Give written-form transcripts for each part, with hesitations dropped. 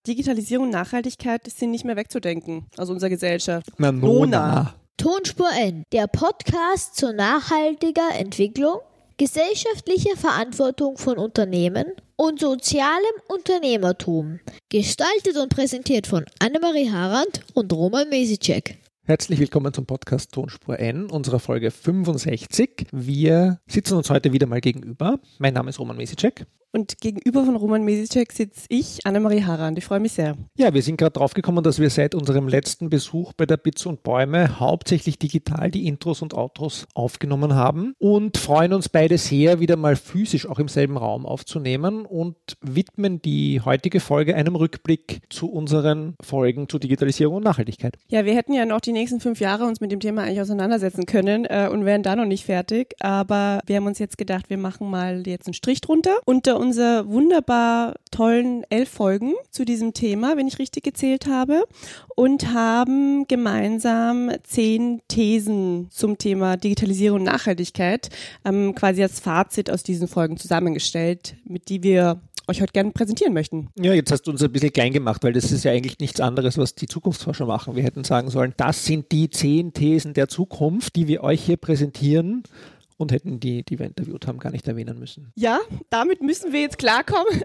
Digitalisierung und Nachhaltigkeit sind nicht mehr wegzudenken aus unserer Gesellschaft. Na, Nona. Tonspur N, der Podcast zur nachhaltiger Entwicklung, gesellschaftlicher Verantwortung von Unternehmen und sozialem Unternehmertum. Gestaltet und präsentiert von Annemarie Harand und Roman Mesicek. Herzlich willkommen zum Podcast Tonspur N, unserer Folge 65. Wir sitzen uns heute wieder mal gegenüber. Mein Name ist Roman Mesicek. Und gegenüber von Roman Mesicek sitze ich, Annemarie Harand. Ich freue mich sehr. Ja, wir sind gerade drauf gekommen, dass wir seit unserem letzten Besuch bei der Bits und Bäume hauptsächlich digital die Intros und Outros aufgenommen haben und freuen uns beide sehr, wieder mal physisch auch im selben Raum aufzunehmen und widmen die heutige Folge einem Rückblick zu unseren Folgen zu Digitalisierung und Nachhaltigkeit. Ja, wir hätten ja noch die nächsten 5 Jahre uns mit dem Thema eigentlich auseinandersetzen können und wären da noch nicht fertig. Aber wir haben uns jetzt gedacht, wir machen mal jetzt einen Strich drunter unter unsere wunderbar tollen 11 Folgen zu diesem Thema, wenn ich richtig gezählt habe, und haben gemeinsam 10 Thesen zum Thema Digitalisierung und Nachhaltigkeit quasi als Fazit aus diesen Folgen zusammengestellt, mit die wir euch heute gerne präsentieren möchten. Ja, jetzt hast du uns ein bisschen klein gemacht, weil das ist ja eigentlich nichts anderes, was die Zukunftsforscher machen. Wir hätten sagen sollen, das sind die 10 Thesen der Zukunft, die wir euch hier präsentieren. Und hätten die wir interviewt haben, gar nicht erwähnen müssen. Ja, damit müssen wir jetzt klarkommen.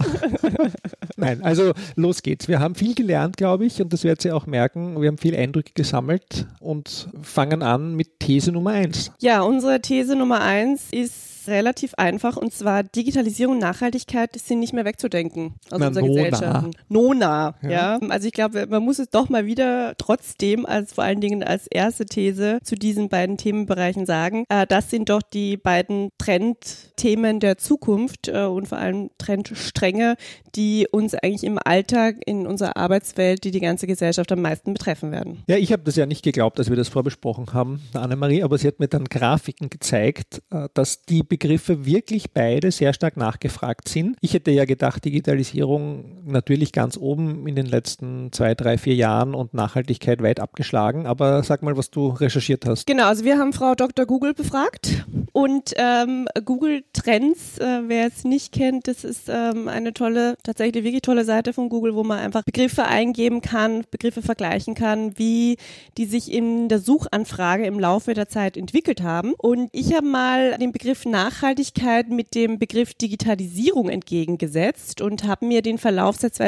Nein, also los geht's. Wir haben viel gelernt, glaube ich, und das werdet ihr auch merken. Wir haben viel Eindrücke gesammelt und fangen an mit These Nummer 1. Ja, unsere These Nummer 1 ist relativ einfach, und zwar Digitalisierung und Nachhaltigkeit sind nicht mehr wegzudenken aus unserer Gesellschaft. Nona, ja. Also ich glaube, man muss es doch mal wieder trotzdem vor allen Dingen als erste These zu diesen beiden Themenbereichen sagen. Das sind doch die beiden Trendthemen der Zukunft und vor allem Trendstränge, die uns eigentlich im Alltag, in unserer Arbeitswelt, die ganze Gesellschaft am meisten betreffen werden. Ja, ich habe das ja nicht geglaubt, als wir das vorbesprochen haben, Annemarie, aber sie hat mir dann Grafiken gezeigt, dass die Begriffe wirklich beide sehr stark nachgefragt sind. Ich hätte ja gedacht, Digitalisierung natürlich ganz oben in den letzten 2, 3, 4 Jahren und Nachhaltigkeit weit abgeschlagen, aber sag mal, was du recherchiert hast. Genau, also wir haben Frau Dr. Google befragt und Google Trends, wer es nicht kennt, das ist eine tolle, tatsächlich wirklich tolle Seite von Google, wo man einfach Begriffe eingeben kann, Begriffe vergleichen kann, wie die sich in der Suchanfrage im Laufe der Zeit entwickelt haben. Und ich habe mal den Begriff Nachhaltigkeit mit dem Begriff Digitalisierung entgegengesetzt und habe mir den Verlauf seit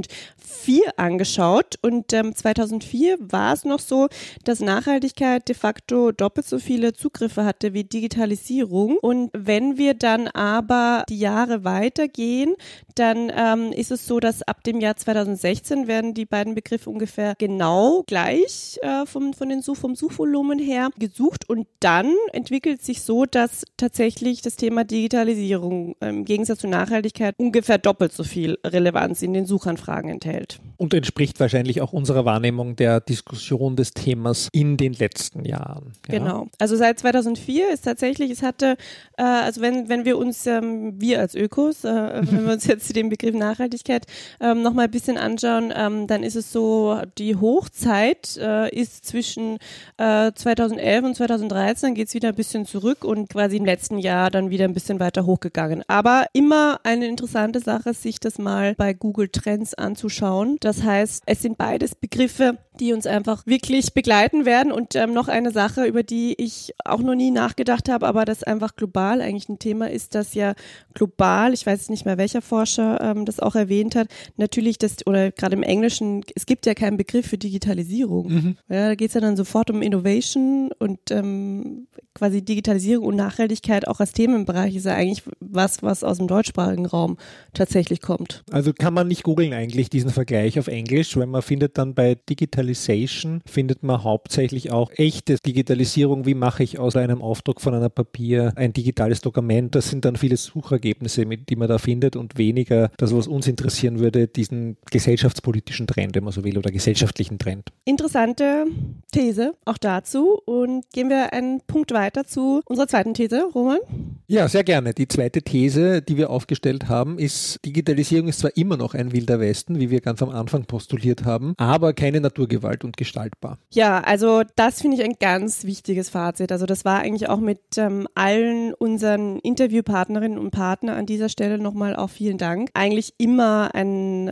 2004 angeschaut. Und 2004 war es noch so, dass Nachhaltigkeit de facto doppelt so viele Zugriffe hatte wie Digitalisierung. Und wenn wir dann aber die Jahre weitergehen, dann ist es so, dass ab dem Jahr 2016 werden die beiden Begriffe ungefähr genau gleich vom Suchvolumen her gesucht. Und dann entwickelt sich so, dass tatsächlich das Thema Digitalisierung im Gegensatz zu Nachhaltigkeit ungefähr doppelt so viel Relevanz in den Suchanfragen enthält. Und entspricht wahrscheinlich auch unserer Wahrnehmung der Diskussion des Themas in den letzten Jahren. Ja? Genau. Also seit 2004 ist tatsächlich, es hatte, also wenn wir uns, wir als Ökos, wenn wir uns jetzt den Begriff Nachhaltigkeit nochmal ein bisschen anschauen, dann ist es so, die Hochzeit ist zwischen 2011 und 2013, dann geht es wieder ein bisschen zurück und quasi im letzten Jahr dann wieder ein bisschen weiter hochgegangen. Aber immer eine interessante Sache, sich das mal bei Google Trends anzuschauen. Das heißt, es sind beides Begriffe, die uns einfach wirklich begleiten werden. Und noch eine Sache, über die ich auch noch nie nachgedacht habe, aber das einfach global eigentlich ein Thema ist, dass ja global, ich weiß nicht mehr, welcher Forscher das auch erwähnt hat, natürlich oder gerade im Englischen, es gibt ja keinen Begriff für Digitalisierung. Mhm. Ja, da geht es ja dann sofort um Innovation und quasi Digitalisierung und Nachhaltigkeit auch als Themenbereich ist ja eigentlich was aus dem deutschsprachigen Raum tatsächlich kommt. Also kann man nicht googeln eigentlich diesen Vergleich auf Englisch, weil man findet dann bei Digitalization, findet man hauptsächlich auch echte Digitalisierung, wie mache ich aus einem Aufdruck von einem Papier ein digitales Dokument. Das sind dann viele Suchergebnisse, die man da findet und weniger das, was uns interessieren würde, diesen gesellschaftspolitischen Trend, wenn man so will, oder gesellschaftlichen Trend. Interessante These auch dazu, und gehen wir einen Punkt weiter zu unserer zweiten These, Roman. Ja, sehr gerne. Die zweite These, die wir aufgestellt haben, ist, Digitalisierung ist zwar immer noch ein wilder Westen, wie wir ganz am Anfang postuliert haben, aber keine Naturgewalt und gestaltbar. Ja, also das finde ich ein ganz wichtiges Fazit. Also das war eigentlich auch mit allen unseren Interviewpartnerinnen und Partnern an dieser Stelle nochmal auch vielen Dank. Eigentlich immer ein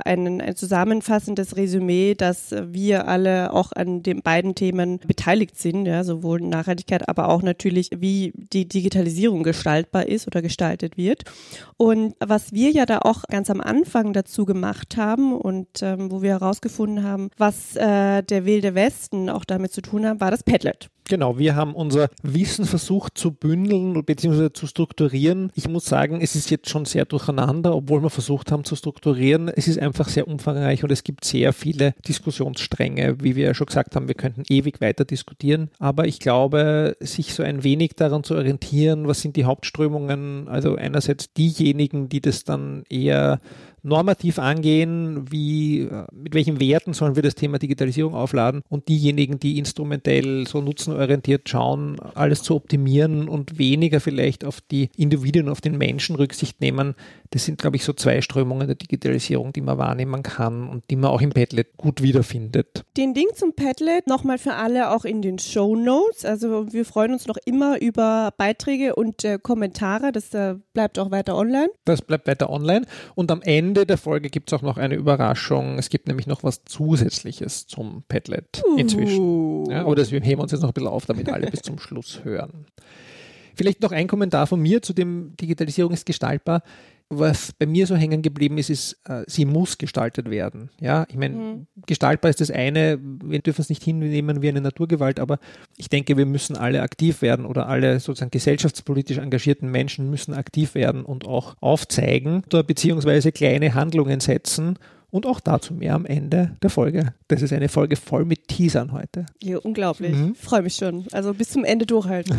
zusammenfassendes Resümee, dass wir alle auch an den beiden Themen beteiligt sind, ja, sowohl Nachhaltigkeit, aber auch natürlich, wie die Digitalisierung gestaltbar ist oder gestaltet wird. Und was wir ja da auch ganz am Anfang dazu gemacht haben und wo wir herausgefunden haben, was der wilde Westen auch damit zu tun hat, war das Padlet. Genau, wir haben unser Wissen versucht zu bündeln bzw. zu strukturieren. Ich muss sagen, es ist jetzt schon sehr durcheinander, obwohl wir versucht haben zu strukturieren. Es ist einfach sehr umfangreich und es gibt sehr viele Diskussionsstränge. Wie wir ja schon gesagt haben, wir könnten ewig weiter diskutieren. Aber ich glaube, sich so ein wenig daran zu orientieren, was sind die Hauptströmungen, also einerseits diejenigen, die das dann eher normativ angehen, mit welchen Werten sollen wir das Thema Digitalisierung aufladen und diejenigen, die instrumentell so nutzenorientiert schauen, alles zu optimieren und weniger vielleicht auf die Individuen, auf den Menschen Rücksicht nehmen. Das sind, glaube ich, so zwei Strömungen der Digitalisierung, die man wahrnehmen kann und die man auch im Padlet gut wiederfindet. Den Link zum Padlet nochmal für alle auch in den Shownotes. Also wir freuen uns noch immer über Beiträge und Kommentare. Das bleibt auch weiter online. Das bleibt weiter online und am Ende der Folge gibt es auch noch eine Überraschung. Es gibt nämlich noch was Zusätzliches zum Padlet inzwischen. Ja, aber wir heben uns jetzt noch ein bisschen auf, damit alle bis zum Schluss hören. Vielleicht noch ein Kommentar von mir zu dem Digitalisierung ist gestaltbar. Was bei mir so hängen geblieben ist, sie muss gestaltet werden. Ja, ich meine, gestaltbar ist das eine, wir dürfen es nicht hinnehmen wie eine Naturgewalt, aber ich denke, wir müssen alle aktiv werden oder alle sozusagen gesellschaftspolitisch engagierten Menschen müssen aktiv werden und auch aufzeigen oder beziehungsweise kleine Handlungen setzen. Und auch dazu mehr am Ende der Folge. Das ist eine Folge voll mit Teasern heute. Ja, unglaublich. Ich freue mich schon. Also bis zum Ende durchhalten.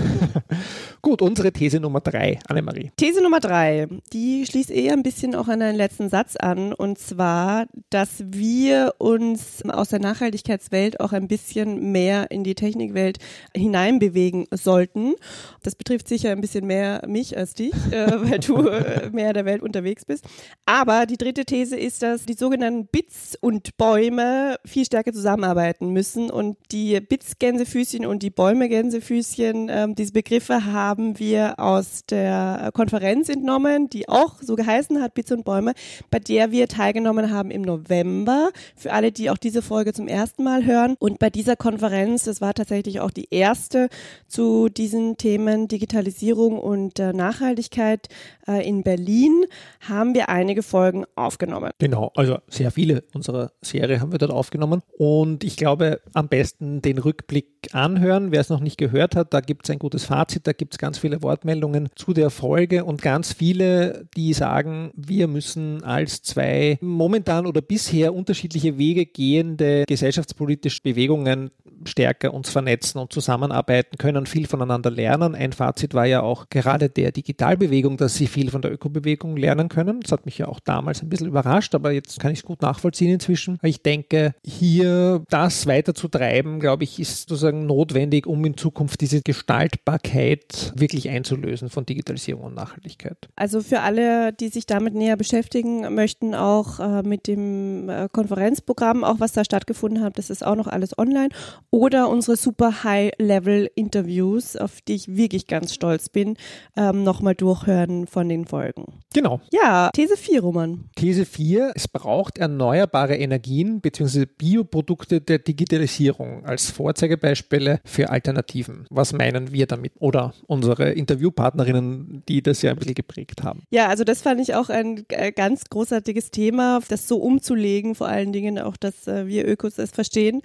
Gut, unsere These Nummer 3, Annemarie. These Nummer 3, die schließt eher ein bisschen auch an deinen letzten Satz an. Und zwar, dass wir uns aus der Nachhaltigkeitswelt auch ein bisschen mehr in die Technikwelt hineinbewegen sollten. Das betrifft sicher ein bisschen mehr mich als dich, weil du mehr in der Welt unterwegs bist. Aber die dritte These ist, dass die sogenannten Bits und Bäume viel stärker zusammenarbeiten müssen und die Bits-Gänsefüßchen und die Bäume-Gänsefüßchen, diese Begriffe haben wir aus der Konferenz entnommen, die auch so geheißen hat, Bits und Bäume, bei der wir teilgenommen haben im November, für alle, die auch diese Folge zum ersten Mal hören. Und bei dieser Konferenz, das war tatsächlich auch die erste zu diesen Themen Digitalisierung und Nachhaltigkeit in Berlin, haben wir einige Folgen aufgenommen. Genau, also sehr viele unserer Serie haben wir dort aufgenommen und ich glaube, am besten den Rückblick anhören, wer es noch nicht gehört hat, da gibt es ein gutes Fazit, da gibt es ganz viele Wortmeldungen zu der Folge und ganz viele, die sagen, wir müssen als zwei momentan oder bisher unterschiedliche Wege gehende gesellschaftspolitische Bewegungen stärker uns vernetzen und zusammenarbeiten können, viel voneinander lernen. Ein Fazit war ja auch gerade der Digitalbewegung, dass sie viel von der Ökobewegung lernen können. Das hat mich ja auch damals ein bisschen überrascht, aber jetzt kann ich es gut nachvollziehen inzwischen. Ich denke, hier das weiter zu treiben, glaube ich, ist sozusagen notwendig, um in Zukunft diese Gestaltbarkeit wirklich einzulösen von Digitalisierung und Nachhaltigkeit. Also für alle, die sich damit näher beschäftigen möchten, auch mit dem Konferenzprogramm, auch was da stattgefunden hat, das ist auch noch alles online. Oder unsere super High-Level-Interviews, auf die ich wirklich ganz stolz bin, nochmal durchhören von den Folgen. Genau. Ja, These 4, Roman. These 4, es braucht erneuerbare Energien bzw. Bioprodukte der Digitalisierung als Vorzeigebeispiele für Alternativen. Was meinen wir damit? Oder unsere Interviewpartnerinnen, die das ja ein bisschen geprägt haben. Ja, also das fand ich auch ein ganz großartiges Thema, das so umzulegen, vor allen Dingen auch, dass wir Ökos es verstehen,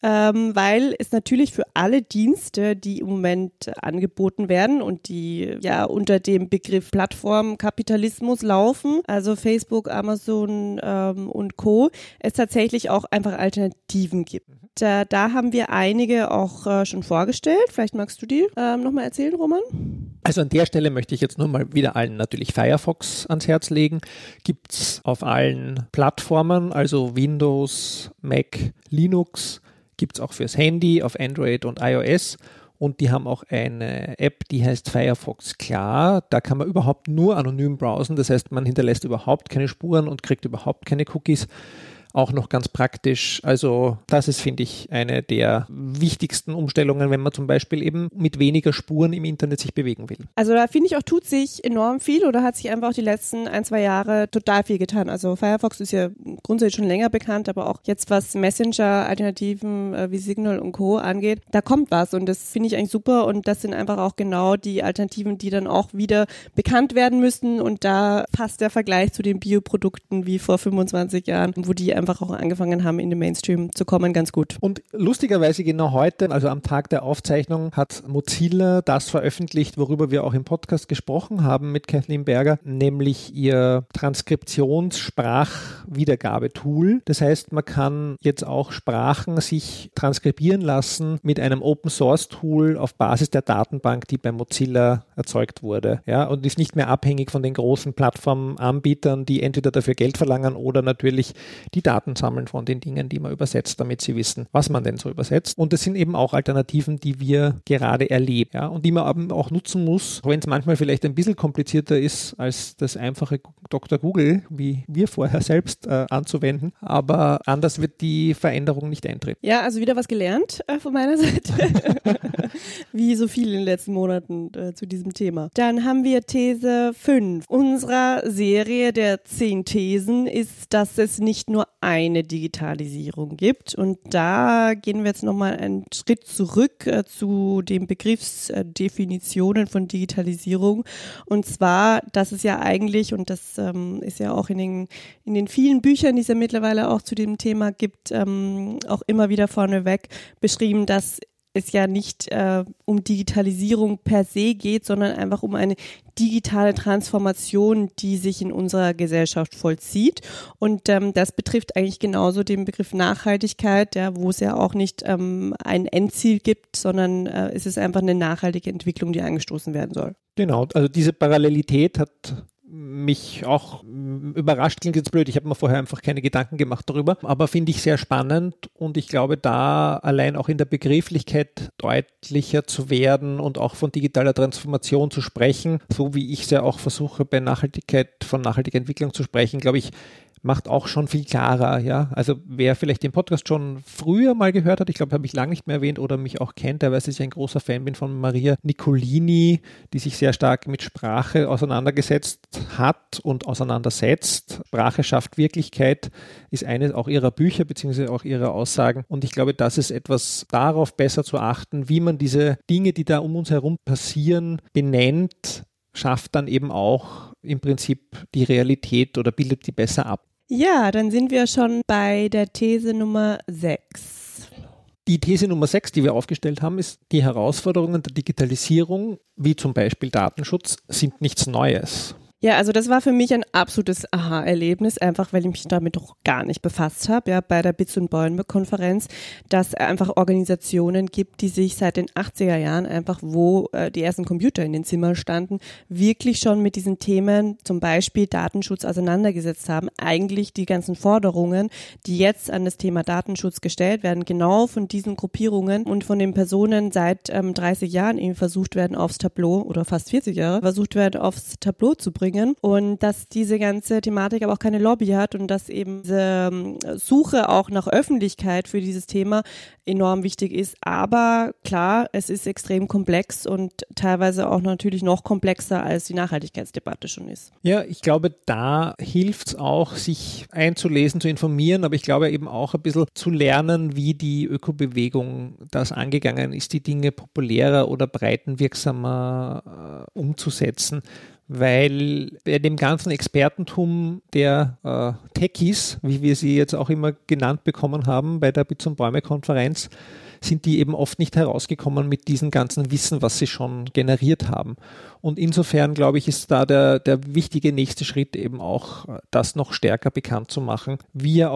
weil es natürlich für alle Dienste, die im Moment angeboten werden und die ja unter dem Begriff Plattformkapitalismus laufen, also Facebook, Amazon und Co., es tatsächlich auch einfach Alternativen gibt. Da haben wir einige auch schon vorgestellt. Vielleicht magst du die nochmal erzählen, Roman? Also an der Stelle möchte ich jetzt nur mal wieder allen natürlich Firefox ans Herz legen. Gibt es auf allen Plattformen, also Windows, Mac, Linux, gibt es auch fürs Handy auf Android und iOS. und die haben auch eine App, die heißt Firefox Klar. Da kann man überhaupt nur anonym browsen, das heißt, man hinterlässt überhaupt keine Spuren und kriegt überhaupt keine Cookies. Auch noch ganz praktisch. Also das ist, finde ich, eine der wichtigsten Umstellungen, wenn man zum Beispiel eben mit weniger Spuren im Internet sich bewegen will. Also da finde ich auch, tut sich enorm viel oder hat sich einfach auch die letzten 1-2 Jahre total viel getan. Also Firefox ist ja grundsätzlich schon länger bekannt, aber auch jetzt, was Messenger-Alternativen wie Signal und Co. angeht, da kommt was und das finde ich eigentlich super und das sind einfach auch genau die Alternativen, die dann auch wieder bekannt werden müssen und da passt der Vergleich zu den Bioprodukten wie vor 25 Jahren, wo die einfach auch angefangen haben, in den Mainstream zu kommen, ganz gut. Und lustigerweise genau heute, also am Tag der Aufzeichnung, hat Mozilla das veröffentlicht, worüber wir auch im Podcast gesprochen haben mit Kathleen Berger, nämlich ihr Transkriptionssprachwiedergabetool. Das heißt, man kann jetzt auch Sprachen sich transkribieren lassen mit einem Open-Source-Tool auf Basis der Datenbank, die bei Mozilla erzeugt wurde. Ja, und ist nicht mehr abhängig von den großen Plattformanbietern, die entweder dafür Geld verlangen oder natürlich die Daten sammeln von den Dingen, die man übersetzt, damit sie wissen, was man denn so übersetzt. Und das sind eben auch Alternativen, die wir gerade erleben, ja, und die man eben auch nutzen muss, auch wenn es manchmal vielleicht ein bisschen komplizierter ist, als das einfache Dr. Google, wie wir vorher selbst anzuwenden. Aber anders wird die Veränderung nicht eintreten. Ja, also wieder was gelernt von meiner Seite. Wie so viel in den letzten Monaten zu diesem Thema. Dann haben wir These 5 unserer Serie der 10 Thesen ist, dass es nicht nur eine Digitalisierung gibt. Und da gehen wir jetzt nochmal einen Schritt zurück zu den Begriffsdefinitionen von Digitalisierung. Und zwar, dass es ja eigentlich, und das ist ja auch in den vielen Büchern, die es ja mittlerweile auch zu dem Thema gibt, auch immer wieder vorneweg beschrieben, dass es ja nicht um Digitalisierung per se geht, sondern einfach um eine digitale Transformation, die sich in unserer Gesellschaft vollzieht. Und das betrifft eigentlich genauso den Begriff Nachhaltigkeit, ja, wo es ja auch nicht ein Endziel gibt, sondern es ist einfach eine nachhaltige Entwicklung, die angestoßen werden soll. Genau, also diese Parallelität hat mich auch überrascht, klingt jetzt blöd, ich habe mir vorher einfach keine Gedanken gemacht darüber, aber finde ich sehr spannend und ich glaube, da allein auch in der Begrifflichkeit deutlicher zu werden und auch von digitaler Transformation zu sprechen, so wie ich es ja auch versuche bei Nachhaltigkeit, von nachhaltiger Entwicklung zu sprechen, glaube ich, macht auch schon viel klarer, ja. Also wer vielleicht den Podcast schon früher mal gehört hat, ich glaube, habe ich lange nicht mehr erwähnt oder mich auch kennt, der weiß, dass ich ein großer Fan bin von Maria Nicolini, die sich sehr stark mit Sprache auseinandergesetzt hat und auseinandersetzt. Sprache schafft Wirklichkeit ist eines auch ihrer Bücher beziehungsweise auch ihrer Aussagen und ich glaube, das ist etwas darauf besser zu achten, wie man diese Dinge, die da um uns herum passieren, benennt, schafft dann eben auch im Prinzip die Realität oder bildet die besser ab. Ja, dann sind wir schon bei der These Nummer 6. Die These Nummer 6, die wir aufgestellt haben, ist, die Herausforderungen der Digitalisierung, wie zum Beispiel Datenschutz, sind nichts Neues. Ja, also das war für mich ein absolutes Aha-Erlebnis, einfach weil ich mich damit doch gar nicht befasst habe, ja, bei der Bits und Bäume-Konferenz, dass es einfach Organisationen gibt, die sich seit den 80er Jahren einfach, wo die ersten Computer in den Zimmern standen, wirklich schon mit diesen Themen, zum Beispiel Datenschutz, auseinandergesetzt haben. Eigentlich die ganzen Forderungen, die jetzt an das Thema Datenschutz gestellt werden, genau von diesen Gruppierungen und von den Personen seit 30 Jahren eben versucht werden, aufs Tableau oder fast 40 Jahre versucht werden, aufs Tableau zu bringen. Und dass diese ganze Thematik aber auch keine Lobby hat und dass eben diese Suche auch nach Öffentlichkeit für dieses Thema enorm wichtig ist. Aber klar, es ist extrem komplex und teilweise auch natürlich noch komplexer, als die Nachhaltigkeitsdebatte schon ist. Ja, ich glaube, da hilft es auch, sich einzulesen, zu informieren, aber ich glaube eben auch ein bisschen zu lernen, wie die Ökobewegung das angegangen ist, die Dinge populärer oder breitenwirksamer umzusetzen. Weil bei dem ganzen Expertentum der Techies, wie wir sie jetzt auch immer genannt bekommen haben bei der Bits und Bäume-Konferenz, sind die eben oft nicht herausgekommen mit diesem ganzen Wissen, was sie schon generiert haben. Und insofern, glaube ich, ist da der wichtige nächste Schritt eben auch, das noch stärker bekannt zu machen, wie ja auch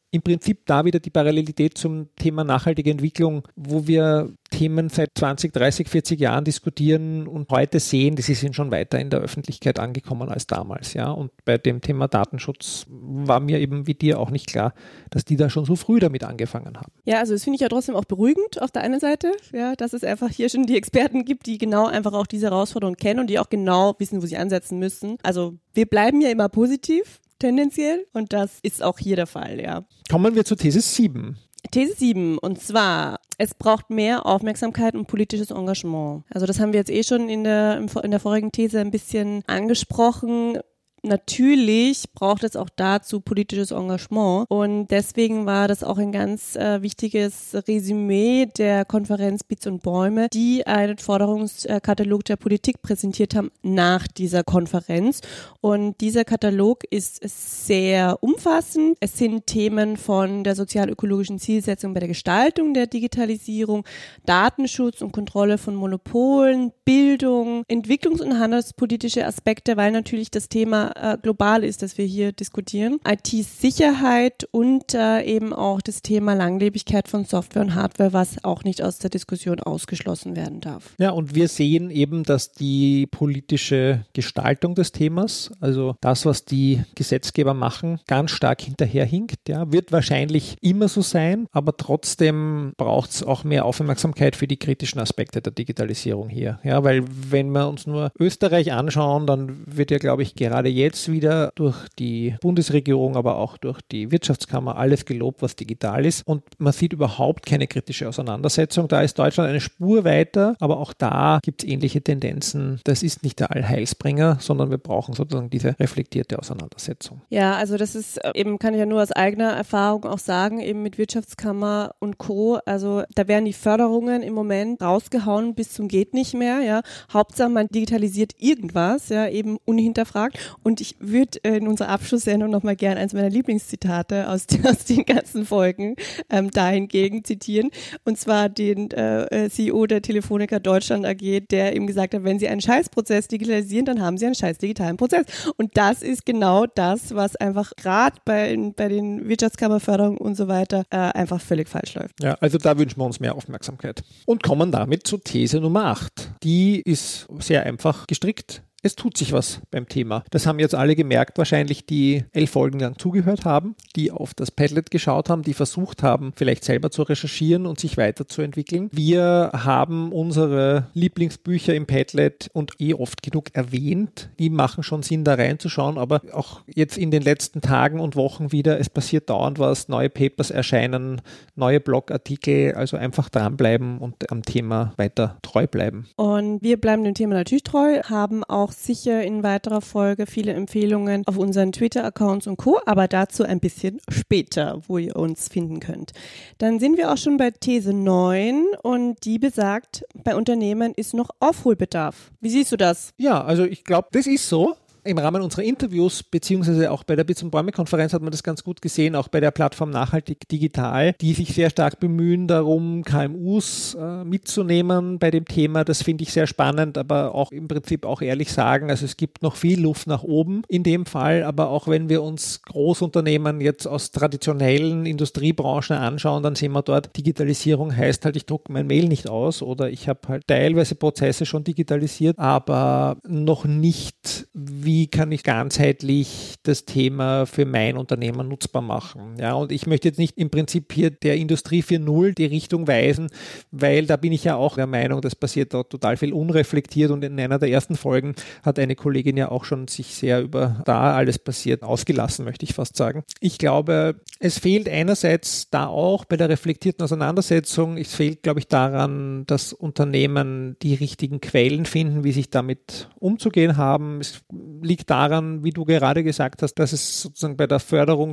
im Prinzip da wieder die Parallelität zum Thema nachhaltige Entwicklung, wo wir Themen seit 20, 30, 40 Jahren diskutieren und heute sehen, sie sind schon weiter in der Öffentlichkeit angekommen als damals. Ja. Und bei dem Thema Datenschutz war mir eben wie dir auch nicht klar, dass die da schon so früh damit angefangen haben. Ja, also das finde ich ja trotzdem auch beruhigend auf der einen Seite, ja, dass es einfach hier schon die Experten gibt, die genau einfach auch diese Herausforderung kennen und die auch genau wissen, wo sie ansetzen müssen. Also wir bleiben ja immer positiv, tendenziell, und das ist auch hier der Fall, ja. Kommen wir zur These 7. These 7, und zwar, es braucht mehr Aufmerksamkeit und politisches Engagement. Also das haben wir jetzt schon in der vorigen These ein bisschen angesprochen. Natürlich braucht es auch dazu politisches Engagement und deswegen war das auch ein ganz wichtiges Resümee der Konferenz Bits und Bäume, die einen Forderungskatalog der Politik präsentiert haben nach dieser Konferenz, und dieser Katalog ist sehr umfassend. Es sind Themen von der sozial-ökologischen Zielsetzung bei der Gestaltung der Digitalisierung, Datenschutz und Kontrolle von Monopolen, Bildung, entwicklungs- und handelspolitische Aspekte, weil natürlich das Thema global ist, das wir hier diskutieren. IT-Sicherheit und eben auch das Thema Langlebigkeit von Software und Hardware, was auch nicht aus der Diskussion ausgeschlossen werden darf. Ja, und wir sehen eben, dass die politische Gestaltung des Themas, also das, was die Gesetzgeber machen, ganz stark hinterherhinkt. Ja, wird wahrscheinlich immer so sein, aber trotzdem braucht es auch mehr Aufmerksamkeit für die kritischen Aspekte der Digitalisierung hier. Ja, weil wenn wir uns nur Österreich anschauen, dann wird ja, glaube ich, gerade jetzt wieder durch die Bundesregierung, aber auch durch die Wirtschaftskammer alles gelobt, was digital ist, und man sieht überhaupt keine kritische Auseinandersetzung. Da ist Deutschland eine Spur weiter, aber auch da gibt es ähnliche Tendenzen. Das ist nicht der Allheilsbringer, sondern wir brauchen sozusagen diese reflektierte Auseinandersetzung. Ja, also das ist eben, kann ich ja nur aus eigener Erfahrung auch sagen, eben mit Wirtschaftskammer und Co. Also da werden die Förderungen im Moment rausgehauen bis zum geht nicht mehr, ja. Hauptsache man digitalisiert irgendwas, ja, eben unhinterfragt. Und ich würde in unserer Abschlusssendung nochmal gerne eins meiner Lieblingszitate aus den ganzen Folgen dahingegen zitieren. Und zwar den CEO der Telefonica Deutschland AG, der eben gesagt hat, wenn Sie einen Scheißprozess digitalisieren, dann haben Sie einen scheiß digitalen Prozess. Und das ist genau das, was einfach gerade bei den Wirtschaftskammerförderungen und so weiter einfach völlig falsch läuft. Ja, also da wünschen wir uns mehr Aufmerksamkeit. Und kommen damit zur These Nummer 8. Die ist sehr einfach gestrickt. Es tut sich was beim Thema. Das haben jetzt alle gemerkt, wahrscheinlich, die 11 Folgen lang zugehört haben, die auf das Padlet geschaut haben, die versucht haben, vielleicht selber zu recherchieren und sich weiterzuentwickeln. Wir haben unsere Lieblingsbücher im Padlet und oft genug erwähnt. Die machen schon Sinn, da reinzuschauen, aber auch jetzt in den letzten Tagen und Wochen wieder, es passiert dauernd was, neue Papers erscheinen, neue Blogartikel, also einfach dranbleiben und am Thema weiter treu bleiben. Und wir bleiben dem Thema natürlich treu, haben auch sicher in weiterer Folge viele Empfehlungen auf unseren Twitter-Accounts und Co., aber dazu ein bisschen später, wo ihr uns finden könnt. Dann sind wir auch schon bei These 9 und die besagt, bei Unternehmen ist noch Aufholbedarf. Wie siehst du das? Ja, also ich glaube, das ist so. Im Rahmen unserer Interviews, beziehungsweise auch bei der Bits und Bäume-Konferenz hat man das ganz gut gesehen, auch bei der Plattform Nachhaltig Digital, die sich sehr stark bemühen darum, KMUs mitzunehmen bei dem Thema. Das finde ich sehr spannend, aber auch im Prinzip auch ehrlich sagen, also es gibt noch viel Luft nach oben in dem Fall, aber auch wenn wir uns Großunternehmen jetzt aus traditionellen Industriebranchen anschauen, dann sehen wir dort, Digitalisierung heißt halt, ich drucke mein Mail nicht aus oder ich habe halt teilweise Prozesse schon digitalisiert, aber noch nicht, wie kann ich ganzheitlich das Thema für mein Unternehmen nutzbar machen. Ja, und ich möchte jetzt nicht im Prinzip hier der Industrie 4.0 die Richtung weisen, weil da bin ich ja auch der Meinung, das passiert dort total viel unreflektiert, und in einer der ersten Folgen hat eine Kollegin ja auch schon sich sehr über da alles passiert ausgelassen, möchte ich fast sagen. Ich glaube, es fehlt einerseits da auch bei der reflektierten Auseinandersetzung, es fehlt, glaube ich, daran, dass Unternehmen die richtigen Quellen finden, wie sich damit umzugehen haben. Es liegt daran, wie du gerade gesagt hast, dass es sozusagen bei der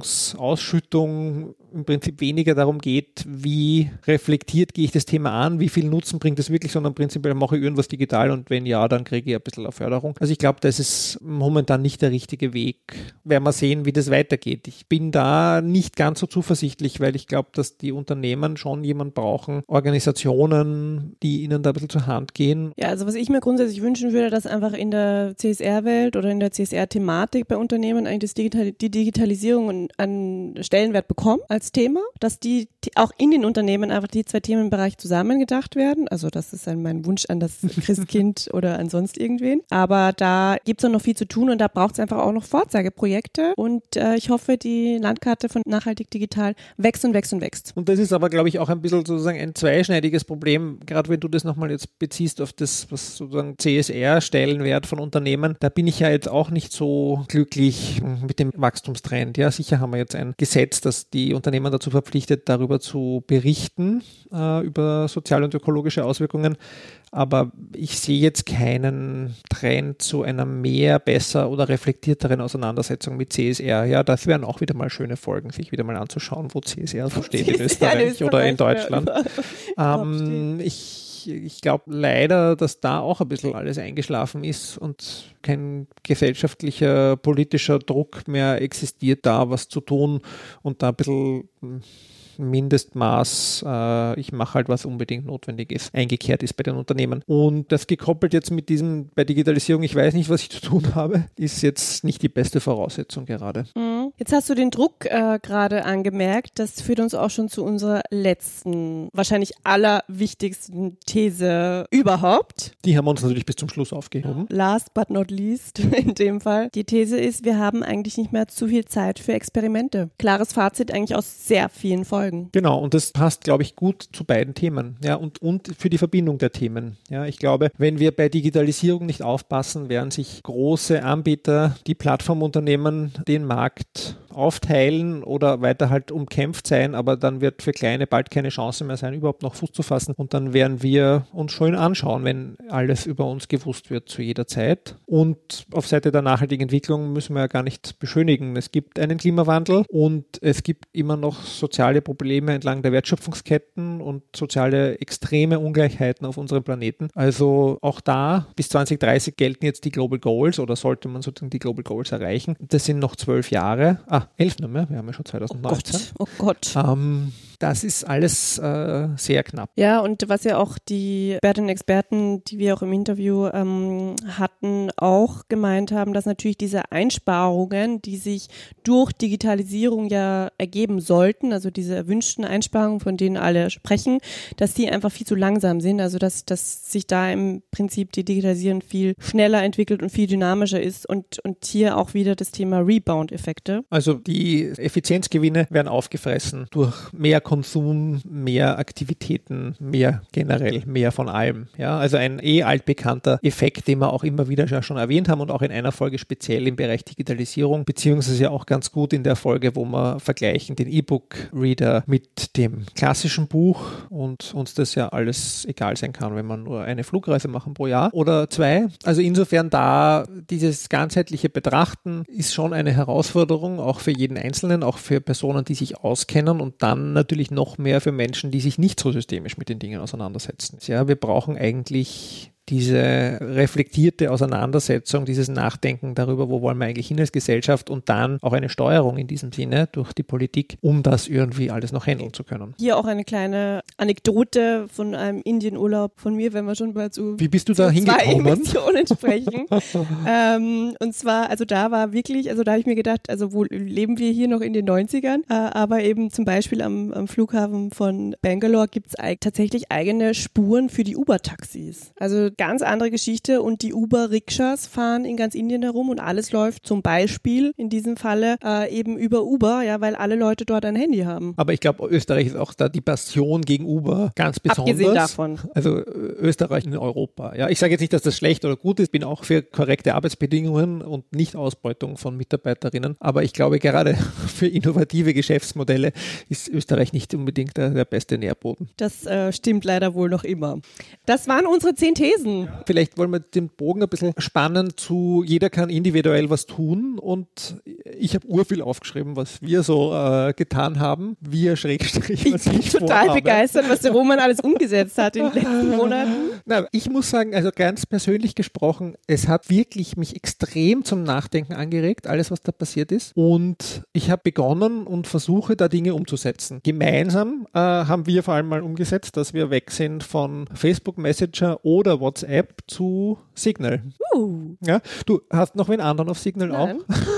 Förderungsausschüttung im Prinzip weniger darum geht, wie reflektiert gehe ich das Thema an, wie viel Nutzen bringt es wirklich, sondern prinzipiell mache ich irgendwas digital und wenn ja, dann kriege ich ein bisschen eine Förderung. Also ich glaube, das ist momentan nicht der richtige Weg. Werden wir sehen, wie das weitergeht. Ich bin da nicht ganz so zuversichtlich, weil ich glaube, dass die Unternehmen schon jemanden brauchen, Organisationen, die ihnen da ein bisschen zur Hand gehen. Ja, also was ich mir grundsätzlich wünschen würde, dass einfach in der CSR-Welt oder in der CSR-Thematik bei Unternehmen eigentlich die Digitalisierung einen Stellenwert bekommt als als Thema, dass die auch in den Unternehmen einfach die zwei Themenbereiche zusammengedacht werden. Also das ist dann mein Wunsch an das Christkind oder an sonst irgendwen. Aber da gibt es noch viel zu tun und da braucht es einfach auch noch Vorzeigeprojekte. Und ich hoffe, die Landkarte von Nachhaltig Digital wächst und wächst und wächst. Und das ist aber, glaube ich, auch ein bisschen sozusagen ein zweischneidiges Problem, gerade wenn du das nochmal jetzt beziehst auf das, was sozusagen CSR-Stellenwert von Unternehmen. Da bin ich ja jetzt auch nicht so glücklich mit dem Wachstumstrend. Ja, sicher haben wir jetzt ein Gesetz, das die Unternehmen dazu verpflichtet, darüber zu berichten, über soziale und ökologische Auswirkungen. Aber ich sehe jetzt keinen Trend zu einer mehr, besser oder reflektierteren Auseinandersetzung mit CSR. Ja, das wären auch wieder mal schöne Folgen, sich wieder mal anzuschauen, wo CSR so steht in Österreich oder in Deutschland. Ich glaube leider, dass da auch ein bisschen alles eingeschlafen ist und kein gesellschaftlicher, politischer Druck mehr existiert, da was zu tun und da ein bisschen Mindestmaß, ich mache halt, was unbedingt notwendig ist, eingekehrt ist bei den Unternehmen. Und das gekoppelt jetzt mit diesem, bei Digitalisierung, ich weiß nicht, was ich zu tun habe, ist jetzt nicht die beste Voraussetzung gerade. Jetzt hast du den Druck gerade angemerkt. Das führt uns auch schon zu unserer letzten, wahrscheinlich allerwichtigsten These überhaupt. Die haben wir uns natürlich bis zum Schluss aufgehoben. Last but not least in dem Fall. Die These ist, wir haben eigentlich nicht mehr zu viel Zeit für Experimente. Klares Fazit eigentlich aus sehr vielen Folgen. Genau, und das passt, glaube ich, gut zu beiden Themen, ja, und für die Verbindung der Themen. Ja, ich glaube, wenn wir bei Digitalisierung nicht aufpassen, werden sich große Anbieter, die Plattformunternehmen, den Markt aufteilen oder weiter halt umkämpft sein, aber dann wird für Kleine bald keine Chance mehr sein, überhaupt noch Fuß zu fassen und dann werden wir uns schön anschauen, wenn alles über uns gewusst wird zu jeder Zeit. Und auf Seite der nachhaltigen Entwicklung müssen wir ja gar nicht beschönigen. Es gibt einen Klimawandel und es gibt immer noch soziale Probleme entlang der Wertschöpfungsketten und soziale extreme Ungleichheiten auf unserem Planeten. Also auch da bis 2030 gelten jetzt die Global Goals oder sollte man sozusagen die Global Goals erreichen. Das sind noch 12 Jahre. 11 nicht mehr, wir haben ja schon 2019. Oh Gott. Das ist alles sehr knapp. Ja, und was ja auch die Expertinnen und Experten, die wir auch im Interview hatten, auch gemeint haben, dass natürlich diese Einsparungen, die sich durch Digitalisierung ja ergeben sollten, also diese erwünschten Einsparungen, von denen alle sprechen, dass die einfach viel zu langsam sind, also dass sich da im Prinzip die Digitalisierung viel schneller entwickelt und viel dynamischer ist und hier auch wieder das Thema Rebound-Effekte. Also die Effizienzgewinne werden aufgefressen durch mehr Konsum, mehr Aktivitäten, mehr generell, mehr von allem. Ja, also ein altbekannter Effekt, den wir auch immer wieder schon erwähnt haben und auch in einer Folge speziell im Bereich Digitalisierung, beziehungsweise ja auch ganz gut in der Folge, wo wir vergleichen den E-Book-Reader mit dem klassischen Buch und uns das ja alles egal sein kann, wenn man nur eine Flugreise machen pro Jahr oder 2. Also insofern da dieses ganzheitliche Betrachten ist schon eine Herausforderung, auch für jeden Einzelnen, auch für Personen, die sich auskennen und dann natürlich noch mehr für Menschen, die sich nicht so systemisch mit den Dingen auseinandersetzen. Ja, wir brauchen eigentlich diese reflektierte Auseinandersetzung, dieses Nachdenken darüber, wo wollen wir eigentlich hin als Gesellschaft und dann auch eine Steuerung in diesem Sinne durch die Politik, um das irgendwie alles noch handeln zu können. Hier auch eine kleine Anekdote von einem Indienurlaub von mir, wenn wir schon mal zu Wie bist du da hingekommen? Emissionen sprechen. Und zwar, also da war wirklich, also da habe ich mir gedacht, also wo leben wir hier noch in den 90ern, aber eben zum Beispiel am Flughafen von Bangalore gibt es tatsächlich eigene Spuren für die Uber-Taxis. Also ganz andere Geschichte und die Uber-Rikschas fahren in ganz Indien herum und alles läuft zum Beispiel in diesem Falle eben über Uber, ja, weil alle Leute dort ein Handy haben. Aber ich glaube, Österreich ist auch da die Passion gegen Uber ganz besonders. Abgesehen davon. Also Österreich in Europa. Ja, ich sage jetzt nicht, dass das schlecht oder gut ist, bin auch für korrekte Arbeitsbedingungen und nicht Ausbeutung von Mitarbeiterinnen, aber ich glaube, gerade für innovative Geschäftsmodelle ist Österreich nicht unbedingt der beste Nährboden. Das stimmt leider wohl noch immer. Das waren unsere 10 Thesen. Vielleicht wollen wir den Bogen ein bisschen spannen zu, jeder kann individuell was tun und ich habe urviel aufgeschrieben, was wir so getan haben. Wir Schrägstrich, was ich bin total begeistert, was der Roman alles umgesetzt hat in den letzten Monaten. Na, ich muss sagen, also ganz persönlich gesprochen, es hat wirklich mich extrem zum Nachdenken angeregt, alles was da passiert ist und ich habe begonnen und versuche da Dinge umzusetzen. Gemeinsam haben wir vor allem mal umgesetzt, dass wir weg sind von Facebook Messenger oder WhatsApp zu Signal. Ja, du hast noch wen anderen auf Signal? Nein. Auch?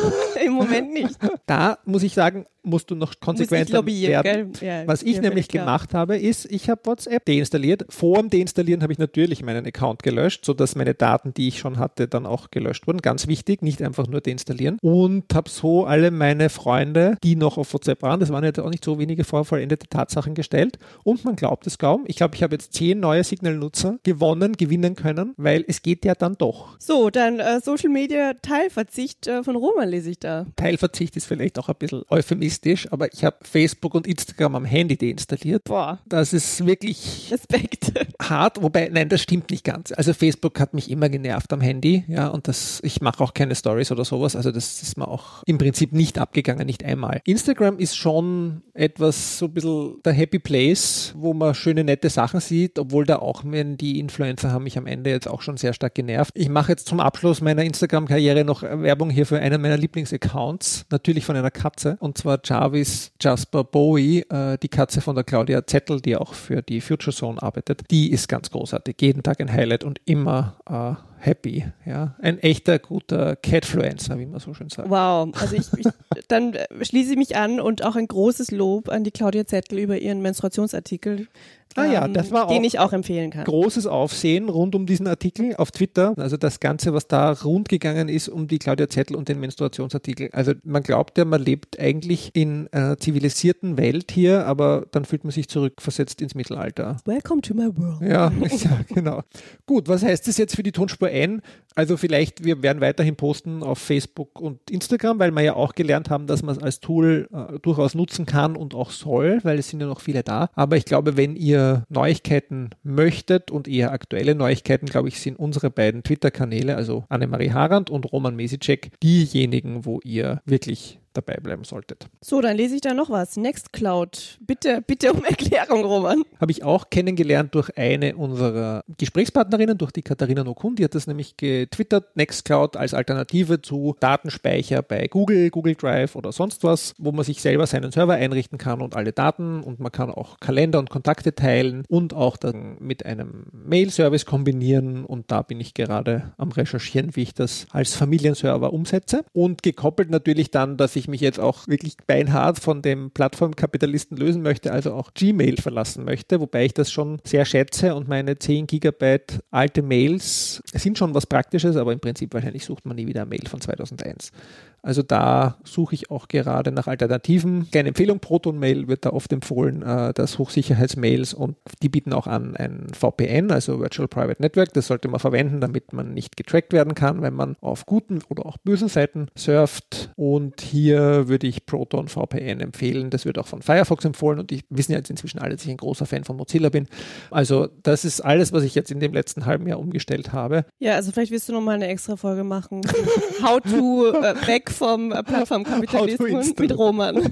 Im Moment nicht. Da muss ich sagen, musst du noch konsequenter werden. Ja, was ich nämlich gemacht habe, ist, ich habe WhatsApp deinstalliert. Vor dem Deinstallieren habe ich natürlich meinen Account gelöscht, sodass meine Daten, die ich schon hatte, dann auch gelöscht wurden. Ganz wichtig, nicht einfach nur deinstallieren. Und habe so alle meine Freunde, die noch auf WhatsApp waren, das waren jetzt auch nicht so wenige vorvollendete Tatsachen gestellt. Und man glaubt es kaum. Ich glaube, ich habe jetzt 10 neue Signal-Nutzer gewinnen können, weil es geht ja dann doch. So, dann Social Media Teilverzicht von Roman lese ich da. Teilverzicht ist vielleicht auch ein bisschen euphemistisch, aber ich habe Facebook und Instagram am Handy deinstalliert. Boah. Das ist wirklich Respekt. Hart, wobei, nein, das stimmt nicht ganz. Also Facebook hat mich immer genervt am Handy, ja, und ich mache auch keine Stories oder sowas, also das ist mir auch im Prinzip nicht abgegangen, nicht einmal. Instagram ist schon etwas so ein bisschen der Happy Place, wo man schöne, nette Sachen sieht, obwohl da auch die Influencer haben mich am Ende jetzt auch schon sehr stark genervt. Ich mache jetzt zum Abschluss meiner Instagram-Karriere noch Werbung hier für einen meiner Lieblingsaccounts, natürlich von einer Katze, und zwar Jarvis Jasper Bowie, die Katze von der Claudia Zettel, die auch für die Future Zone arbeitet. Die ist ganz großartig. Jeden Tag ein Highlight und immer happy. Ja? Ein echter, guter Catfluencer, wie man so schön sagt. Wow, also dann schließe ich mich an und auch ein großes Lob an die Claudia Zettel über ihren Menstruationsartikel. Das war den ich auch empfehlen kann. Großes Aufsehen rund um diesen Artikel auf Twitter. Also das Ganze, was da rund gegangen ist um die Claudia Zettel und den Menstruationsartikel. Also man glaubt ja, man lebt eigentlich in einer zivilisierten Welt hier, aber dann fühlt man sich zurückversetzt ins Mittelalter. Welcome to my world. Ja, genau. Gut, was heißt das jetzt für die Tonspur N? Also vielleicht, wir werden weiterhin posten auf Facebook und Instagram, weil wir ja auch gelernt haben, dass man es als Tool durchaus nutzen kann und auch soll, weil es sind ja noch viele da. Aber ich glaube, wenn ihr Neuigkeiten möchtet und eher aktuelle Neuigkeiten, glaube ich, sind unsere beiden Twitter-Kanäle, also Annemarie Harand und Roman Mesicek, diejenigen, wo ihr wirklich dabei bleiben solltet. So, dann lese ich da noch was. Nextcloud. Bitte um Erklärung, Roman. Habe ich auch kennengelernt durch eine unserer Gesprächspartnerinnen, durch die Katharina Nokun. Die hat das nämlich getwittert. Nextcloud als Alternative zu Datenspeicher bei Google Drive oder sonst was, wo man sich selber seinen Server einrichten kann und alle Daten, und man kann auch Kalender und Kontakte teilen und auch dann mit einem Mail-Service kombinieren, und da bin ich gerade am Recherchieren, wie ich das als Familienserver umsetze, und gekoppelt natürlich dann, dass ich mich jetzt auch wirklich beinhart von dem Plattformkapitalisten lösen möchte, also auch Gmail verlassen möchte, wobei ich das schon sehr schätze, und meine 10 Gigabyte alte Mails sind schon was Praktisches, aber im Prinzip wahrscheinlich sucht man nie wieder eine Mail von 2001. Also da suche ich auch gerade nach Alternativen. Kleine Empfehlung, Proton-Mail wird da oft empfohlen, das Hochsicherheitsmails, und die bieten auch an ein VPN, also Virtual Private Network. Das sollte man verwenden, damit man nicht getrackt werden kann, wenn man auf guten oder auch bösen Seiten surft. Und hier würde ich Proton VPN empfehlen. Das wird auch von Firefox empfohlen, und wir wissen ja jetzt inzwischen alle, dass ich ein großer Fan von Mozilla bin. Also das ist alles, was ich jetzt in dem letzten halben Jahr umgestellt habe. Ja, also vielleicht wirst du nochmal eine extra Folge machen. How to weg vom Plattformkapitalismus mit Roman.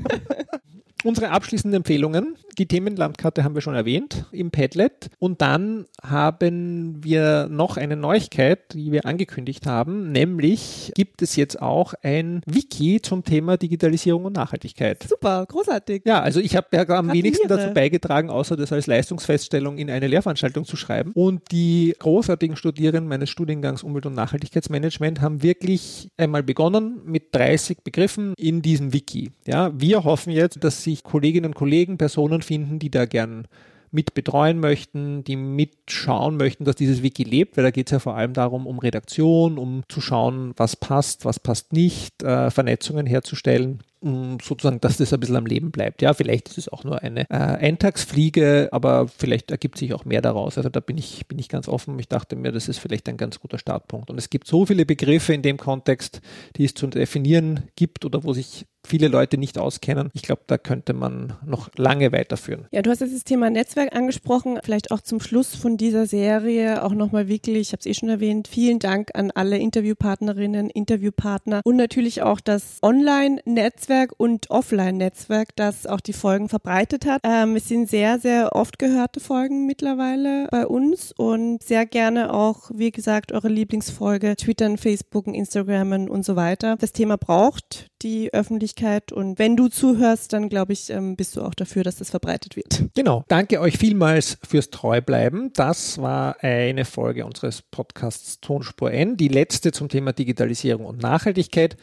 Unsere abschließenden Empfehlungen. Die Themenlandkarte haben wir schon erwähnt im Padlet. Und dann haben wir noch eine Neuigkeit, die wir angekündigt haben, nämlich gibt es jetzt auch ein Wiki zum Thema Digitalisierung und Nachhaltigkeit. Super, großartig. Ja, also ich habe ja am wenigsten dazu beigetragen, außer das als Leistungsfeststellung in eine Lehrveranstaltung zu schreiben. Und die großartigen Studierenden meines Studiengangs Umwelt- und Nachhaltigkeitsmanagement haben wirklich einmal begonnen mit 30 Begriffen in diesem Wiki. Ja, wir hoffen jetzt, dass sich Kolleginnen und Kollegen, Personen finden, die da gern mit betreuen möchten, die mitschauen möchten, dass dieses Wiki lebt, weil da geht es ja vor allem darum, um Redaktion, um zu schauen, was passt nicht, Vernetzungen herzustellen, sozusagen, dass das ein bisschen am Leben bleibt. Ja, vielleicht ist es auch nur eine Eintagsfliege, aber vielleicht ergibt sich auch mehr daraus. Also da bin ich ganz offen. Ich dachte mir, das ist vielleicht ein ganz guter Startpunkt. Und es gibt so viele Begriffe in dem Kontext, die es zu definieren gibt oder wo sich viele Leute nicht auskennen. Ich glaube, da könnte man noch lange weiterführen. Ja, du hast jetzt das Thema Netzwerk angesprochen. Vielleicht auch zum Schluss von dieser Serie auch nochmal wirklich, ich habe es schon erwähnt, vielen Dank an alle Interviewpartnerinnen, Interviewpartner und natürlich auch das Online-Netzwerk und Offline-Netzwerk, das auch die Folgen verbreitet hat. Es sind sehr, sehr oft gehörte Folgen mittlerweile bei uns und sehr gerne auch, wie gesagt, eure Lieblingsfolge twittern, Facebooken, Instagrammen und so weiter. Das Thema braucht die Öffentlichkeit und wenn du zuhörst, dann glaube ich, bist du auch dafür, dass das verbreitet wird. Genau. Danke euch vielmals fürs Treubleiben. Das war eine Folge unseres Podcasts Tonspur N, die letzte zum Thema Digitalisierung und Nachhaltigkeit.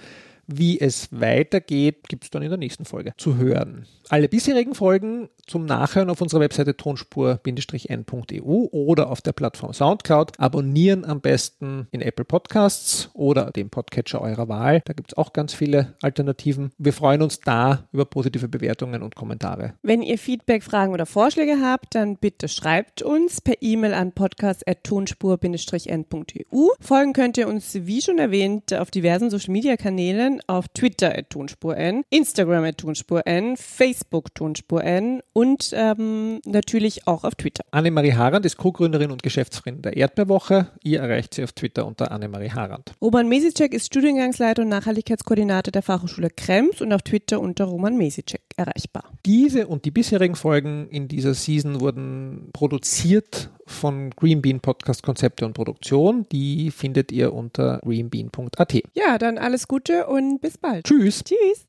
Wie es weitergeht, gibt es dann in der nächsten Folge zu hören. Alle bisherigen Folgen zum Nachhören auf unserer Webseite tonspur-n.eu oder auf der Plattform Soundcloud. Abonnieren am besten in Apple Podcasts oder dem Podcatcher eurer Wahl. Da gibt es auch ganz viele Alternativen. Wir freuen uns da über positive Bewertungen und Kommentare. Wenn ihr Feedback, Fragen oder Vorschläge habt, dann bitte schreibt uns per E-Mail an podcast@tonspur-n.eu. Folgen könnt ihr uns, wie schon erwähnt, auf diversen Social-Media-Kanälen, auf Twitter @tonspur-n, Instagram @tonspur-n, Facebook tonspur-n und natürlich auch auf Twitter. Annemarie Harand ist Co-Gründerin und Geschäftsführerin der Erdbeerwoche. Ihr erreicht sie auf Twitter unter Annemarie Harand. Roman Mesicek ist Studiengangsleiter und Nachhaltigkeitskoordinator der Fachhochschule Krems und auf Twitter unter Roman Mesicek erreichbar. Diese und die bisherigen Folgen in dieser Season wurden produziert von Greenbean Podcast Konzepte und Produktion. Die findet ihr unter greenbean.at. Ja, dann alles Gute und bis bald. Tschüss. Tschüss.